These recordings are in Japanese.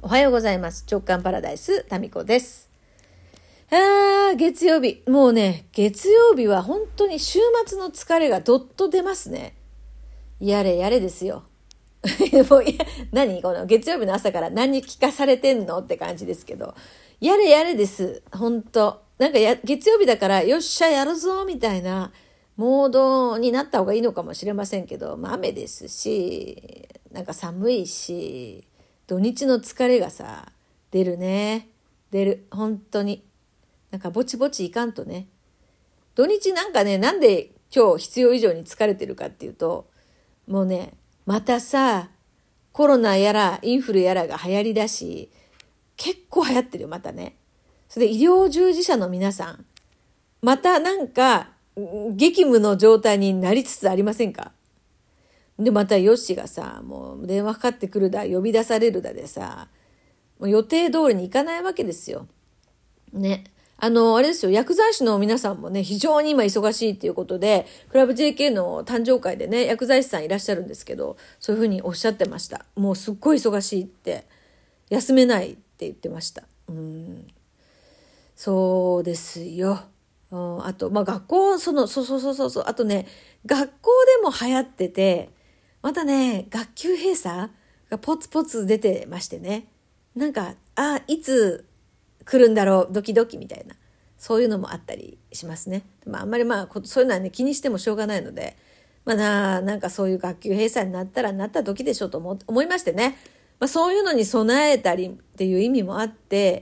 おはようございます。直感パラダイスタミコです。月曜日。もうね、月曜日は本当に週末の疲れがどっと出ますね。やれやれですよ。もう何この月曜日の朝から何聞かされてんのって感じですけど、やれやれです。本当なんか月曜日だからよっしゃやるぞみたいなモードになった方がいいのかもしれませんけど、雨ですし、なんか寒いし、土日の疲れがさ出るね。出る。本当になんかぼちぼちいかんとね。土日なんかね、なんで今日必要以上に疲れてるかっていうと、もうね、またさ、コロナやらインフルやらが流行りだし、結構流行ってるよ、またね。それで医療従事者の皆さん、またなんか激務の状態になりつつありませんか？で、またヨッシーがさ、もう電話かかってくるだ、呼び出されるだでさ、もう予定通りにいかないわけですよ。ね。あれですよ、薬剤師の皆さんもね、非常に今忙しいっていうことで、クラブ JK の誕生会でね、薬剤師さんいらっしゃるんですけど、そういうふうにおっしゃってました。もうすっごい忙しいって、休めないって言ってました。そうですよ。あと、学校、そう。あとね、学校でも流行ってて、またね、学級閉鎖がポツポツ出てましてね。なんか、いつ来るんだろう、ドキドキみたいな。そういうのもあったりしますね。あんまりそういうのはね、気にしてもしょうがないので、なんかそういう学級閉鎖になったらなった時でしょうと思いましてね。そういうのに備えたりっていう意味もあって、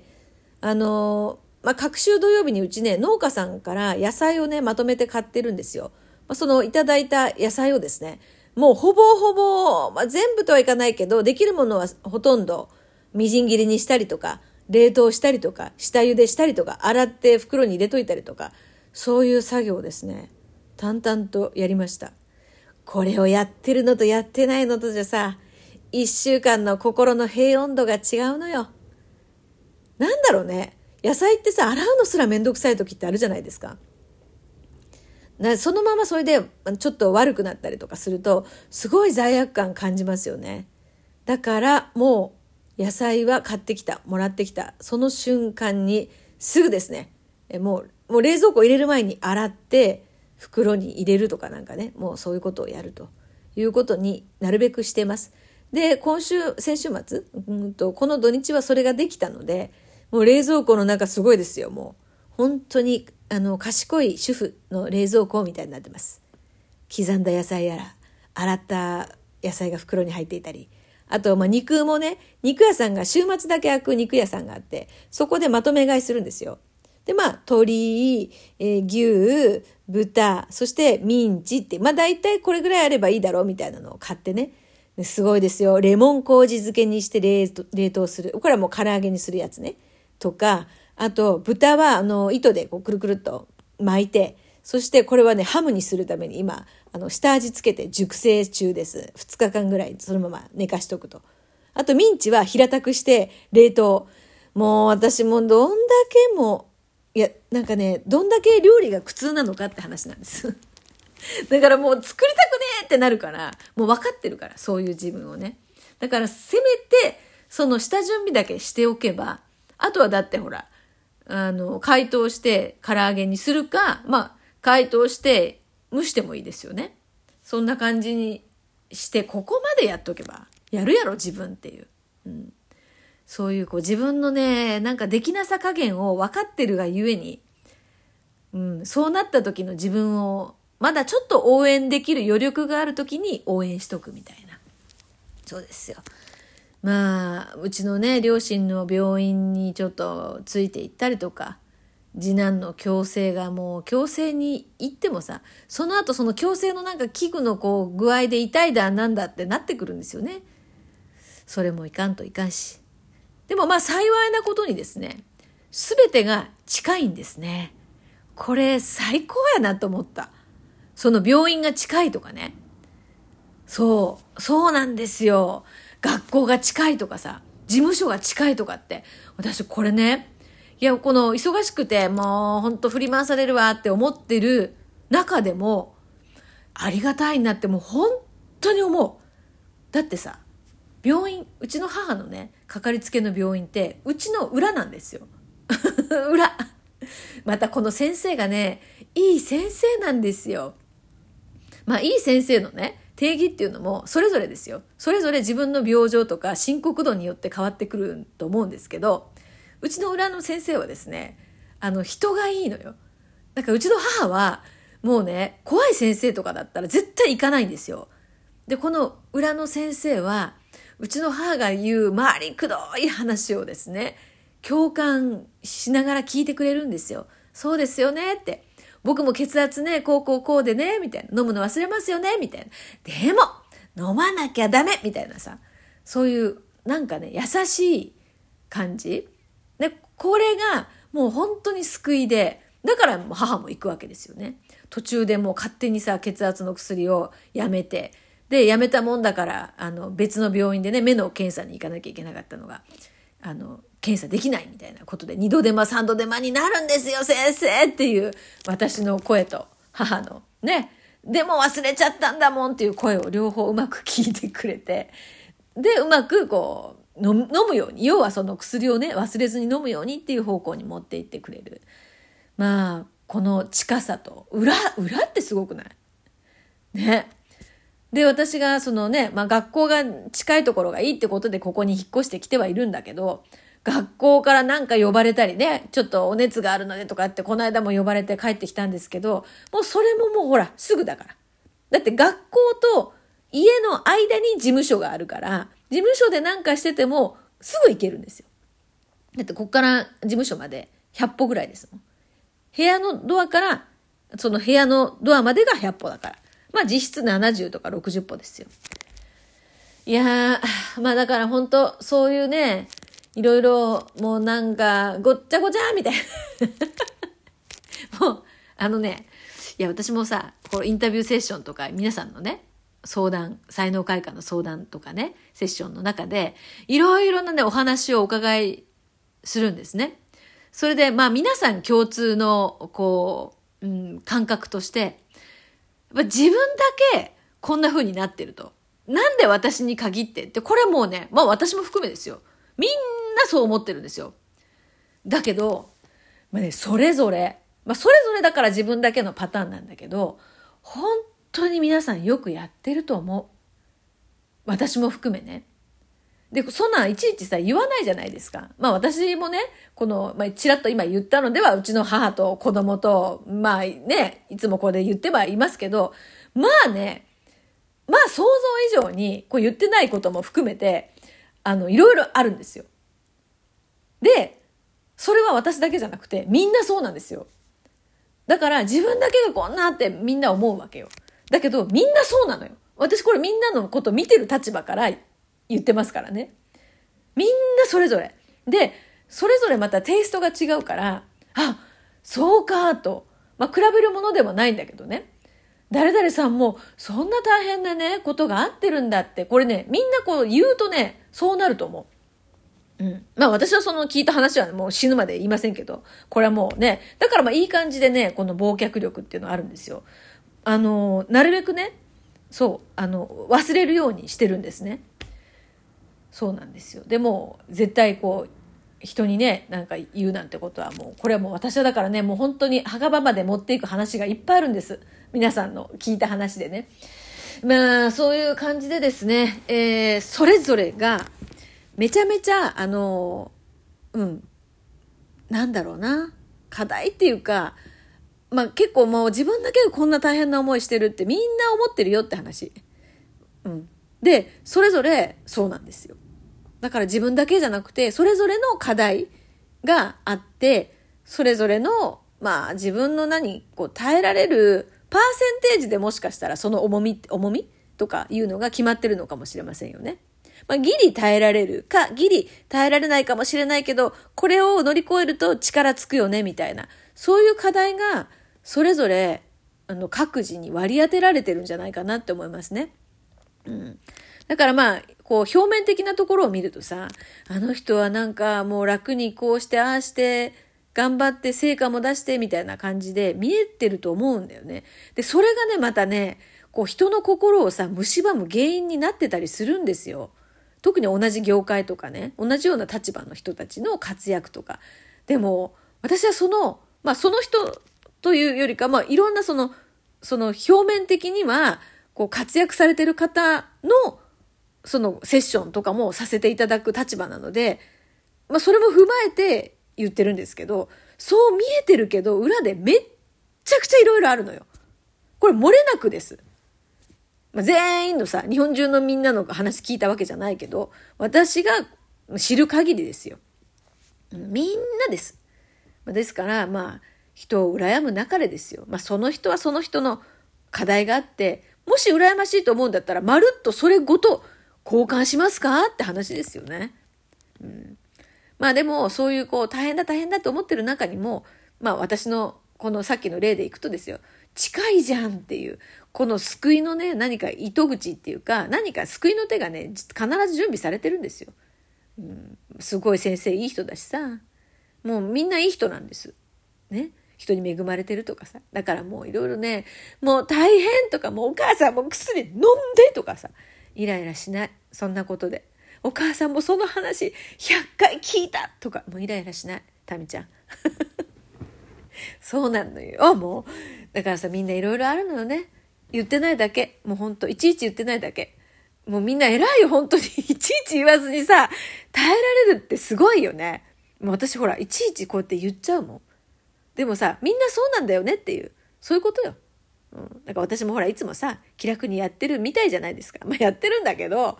各週土曜日にうちね、農家さんから野菜をね、まとめて買ってるんですよ。そのいただいた野菜をですね、もうほぼほぼ、全部とはいかないけど、できるものはほとんどみじん切りにしたりとか、冷凍したりとか、下茹でしたりとか、洗って袋に入れといたりとか、そういう作業をですね、淡々とやりました。これをやってるのとやってないのとじゃさ、一週間の心の平穏度が違うのよ。なんだろうね。野菜ってさ、洗うのすらめんどくさい時ってあるじゃないですか。そのままそれでちょっと悪くなったりとかすると、すごい罪悪感感じますよね。だからもう野菜は買ってきた、もらってきた、その瞬間にすぐですね、もう冷蔵庫入れる前に洗って袋に入れるとかなんかね、もうそういうことをやるということになるべくしてます。で、先週末、この土日はそれができたので、もう冷蔵庫の中すごいですよ、もう。本当に、賢い主婦の冷蔵庫みたいになってます。刻んだ野菜やら、洗った野菜が袋に入っていたり、あと、肉もね、肉屋さんが週末だけ開く肉屋さんがあって、そこでまとめ買いするんですよ。で、鶏、牛、豚、そしてミンチって、大体これぐらいあればいいだろうみたいなのを買ってね。すごいですよ。レモン麹漬けにして冷凍する。これはもう唐揚げにするやつね。とか、あと、豚は、糸でくるくるっと巻いて、そしてこれはね、ハムにするために今、下味つけて熟成中です。2日間ぐらいそのまま寝かしとくと。あと、ミンチは平たくして冷凍。もう私もどんだけも、なんかね、どんだけ料理が苦痛なのかって話なんです。だからもう作りたくねえってなるから、もう分かってるから、そういう自分をね。だからせめて、その下準備だけしておけば、あとはだってほら、解凍して唐揚げにするか、解凍して蒸してもいいですよね。そんな感じにして、ここまでやっとけば、やるやろ自分っていう。そういう自分のね、なんかできなさ加減を分かってるがゆえに、そうなった時の自分を、まだちょっと応援できる余力がある時に応援しとくみたいな。そうですよ。うちのね、両親の病院にちょっとついて行ったりとか、次男の矯正がもう矯正に行ってもさ、その後その矯正のなんか器具の具合で痛いだなんだってなってくるんですよね。それもいかんといかんし。でも幸いなことにですね、すべてが近いんですね。これ最高やなと思った。その病院が近いとかね。そうなんですよ。学校が近いとかさ、事務所が近いとかって、私これね、この忙しくてもうほんと振り回されるわって思ってる中でも、ありがたいなってもう本当に思う。だってさ、 病院、うちの母のね、かかりつけの病院って、うちの裏なんですよ。裏。またこの先生がね、いい先生なんですよ。まあいい先生のね、定義っていうのもそれぞれですよ。それぞれ自分の病状とか深刻度によって変わってくると思うんですけど、うちの裏の先生はですね、人がいいのよ。だからうちの母は、もうね、怖い先生とかだったら絶対行かないんですよ。で、この裏の先生は、うちの母が言う回りくどい話をですね、共感しながら聞いてくれるんですよ。そうですよねって。僕も血圧ね、こうでね、みたいな。飲むの忘れますよね、みたいな。でも、飲まなきゃダメみたいなさ。そういう、なんかね、優しい感じ。で、これがもう本当に救いで、だから母も行くわけですよね。途中でもう勝手にさ、血圧の薬をやめて、で、やめたもんだから、別の病院でね、目の検査に行かなきゃいけなかったのが、検査できないみたいなことで、2度手間3度手間になるんですよ、先生っていう私の声と母のね、でも忘れちゃったんだもんっていう声を両方うまく聞いてくれて、で、うまくこう、飲むように、要はその薬をね、忘れずに飲むようにっていう方向に持っていってくれる。まあ、この近さと、裏ってすごくないね。で、私がそのね、まあ学校が近いところがいいってことでここに引っ越してきてはいるんだけど、学校からなんか呼ばれたりね、ちょっとお熱があるのでとかってこの間も呼ばれて帰ってきたんですけど、もうそれももうほら、すぐだから。だって学校と家の間に事務所があるから、事務所でなんかしててもすぐ行けるんですよ。だってこっから事務所まで100歩ぐらいですもん。部屋のドアから、その部屋のドアまでが100歩だから。まあ実質70とか60歩ですよ。いやー、まあだから本当そういうね、いろいろもうなんかごっちゃごちゃみたいな。もういや私もさ、こうインタビューセッションとか皆さんのね、相談、才能開花の相談とかね、セッションの中でいろいろなね、お話をお伺いするんですね。それでまあ皆さん共通のこう、感覚として、自分だけこんな風になってると。なんで私に限ってって、これはもうね、まあ私も含めですよ。みんなそう思ってるんですよ。だけど、まあね、それぞれだから自分だけのパターンなんだけど、本当に皆さんよくやってると思う。私も含めね。で、そんなんいちいちさ、言わないじゃないですか。まあ私もね、ちらっと今言ったのでは、うちの母と子供と、まあね、いつもここで言ってはいますけど、まあね、まあ想像以上にこう言ってないことも含めて、いろいろあるんですよ。で、それは私だけじゃなくて、みんなそうなんですよ。だから自分だけがこんなってみんな思うわけよ。だけど、みんなそうなのよ。私これみんなのこと見てる立場から言ってますからね。みんなそれぞれ。で、それぞれまたテイストが違うから、あ、そうかと。まあ、比べるものでもないんだけどね。誰々さんもそんな大変なね、ことがあってるんだって。これね、みんなこう言うとね、そうなると思う。まあ私はその聞いた話はもう死ぬまで言いませんけど、これはもうね、だからまあいい感じでね、この忘却力っていうのはあるんですよ。なるべくね、そう、忘れるようにしてるんですね。そうなんですよ。でも絶対こう人にねなんか言うなんてことはもうこれはもう私はだからねもう本当に墓場まで持っていく話がいっぱいあるんです。皆さんの聞いた話でね。まあそういう感じでですね、それぞれがめちゃめちゃなんだろうな課題っていうかまあ結構もう自分だけがこんな大変な思いしてるってみんな思ってるよって話。でそれぞれそうなんですよ。だから自分だけじゃなくてそれぞれの課題があってそれぞれのまあ自分のこう耐えられるパーセンテージでもしかしたらその重みとかいうのが決まってるのかもしれませんよね。まあギリ耐えられるかギリ耐えられないかもしれないけどこれを乗り越えると力つくよねみたいなそういう課題がそれぞれ各自に割り当てられてるんじゃないかなって思いますね。だからまあこう表面的なところを見るとさあの人はなんかもう楽にこうしてああして頑張って成果も出してみたいな感じで見えてると思うんだよね。でそれがねまたねこう人の心をさ蝕む原因になってたりするんですよ。 特に同じ業界とかね、同じような立場の人たちの活躍とか。でも、私はその人というよりか、いろんなその表面的には、こう活躍されてる方の、そのセッションとかもさせていただく立場なので、それも踏まえて言ってるんですけど、そう見えてるけど、裏でめっちゃくちゃいろいろあるのよ。これ漏れなくです。全員のさ、日本中のみんなの話聞いたわけじゃないけど、私が知る限りですよ。みんなです。ですから、人を羨む中でですよ。その人はその人の課題があって、もし羨ましいと思うんだったら、まるっとそれごと交換しますかって話ですよね。でも、そういう大変だと思ってる中にも、私のこのさっきの例でいくとですよ、近いじゃんっていう、この救いのね、何か糸口っていうか、何か救いの手がね、必ず準備されてるんですよ。すごい先生いい人だしさ、もうみんないい人なんです。ね。人に恵まれてるとかさ。だからもういろいろね、もう大変とか、もうお母さんも薬飲んでとかさ、イライラしない。そんなことで。お母さんもその話100回聞いたとか、もうイライラしない。タミちゃん。そうなのよ。もう。だからさ、みんないろいろあるのよね。言ってないだけ。もうほんと、いちいち言ってないだけ。もうみんな偉いよ、本当に。いちいち言わずにさ、耐えられるってすごいよね。もう私ほら、いちいちこうやって言っちゃうもん。でもさ、みんなそうなんだよねっていう、そういうことよ。だから私もほら、いつもさ、気楽にやってるみたいじゃないですか。やってるんだけど、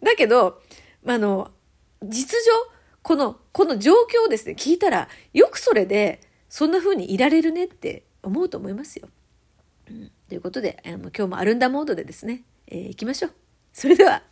実情、この状況をですね、聞いたら、よくそれで、そんな風にいられるねって思うと思いますよ。ということで、今日もアルンダモードでですね、行きましょう。それでは。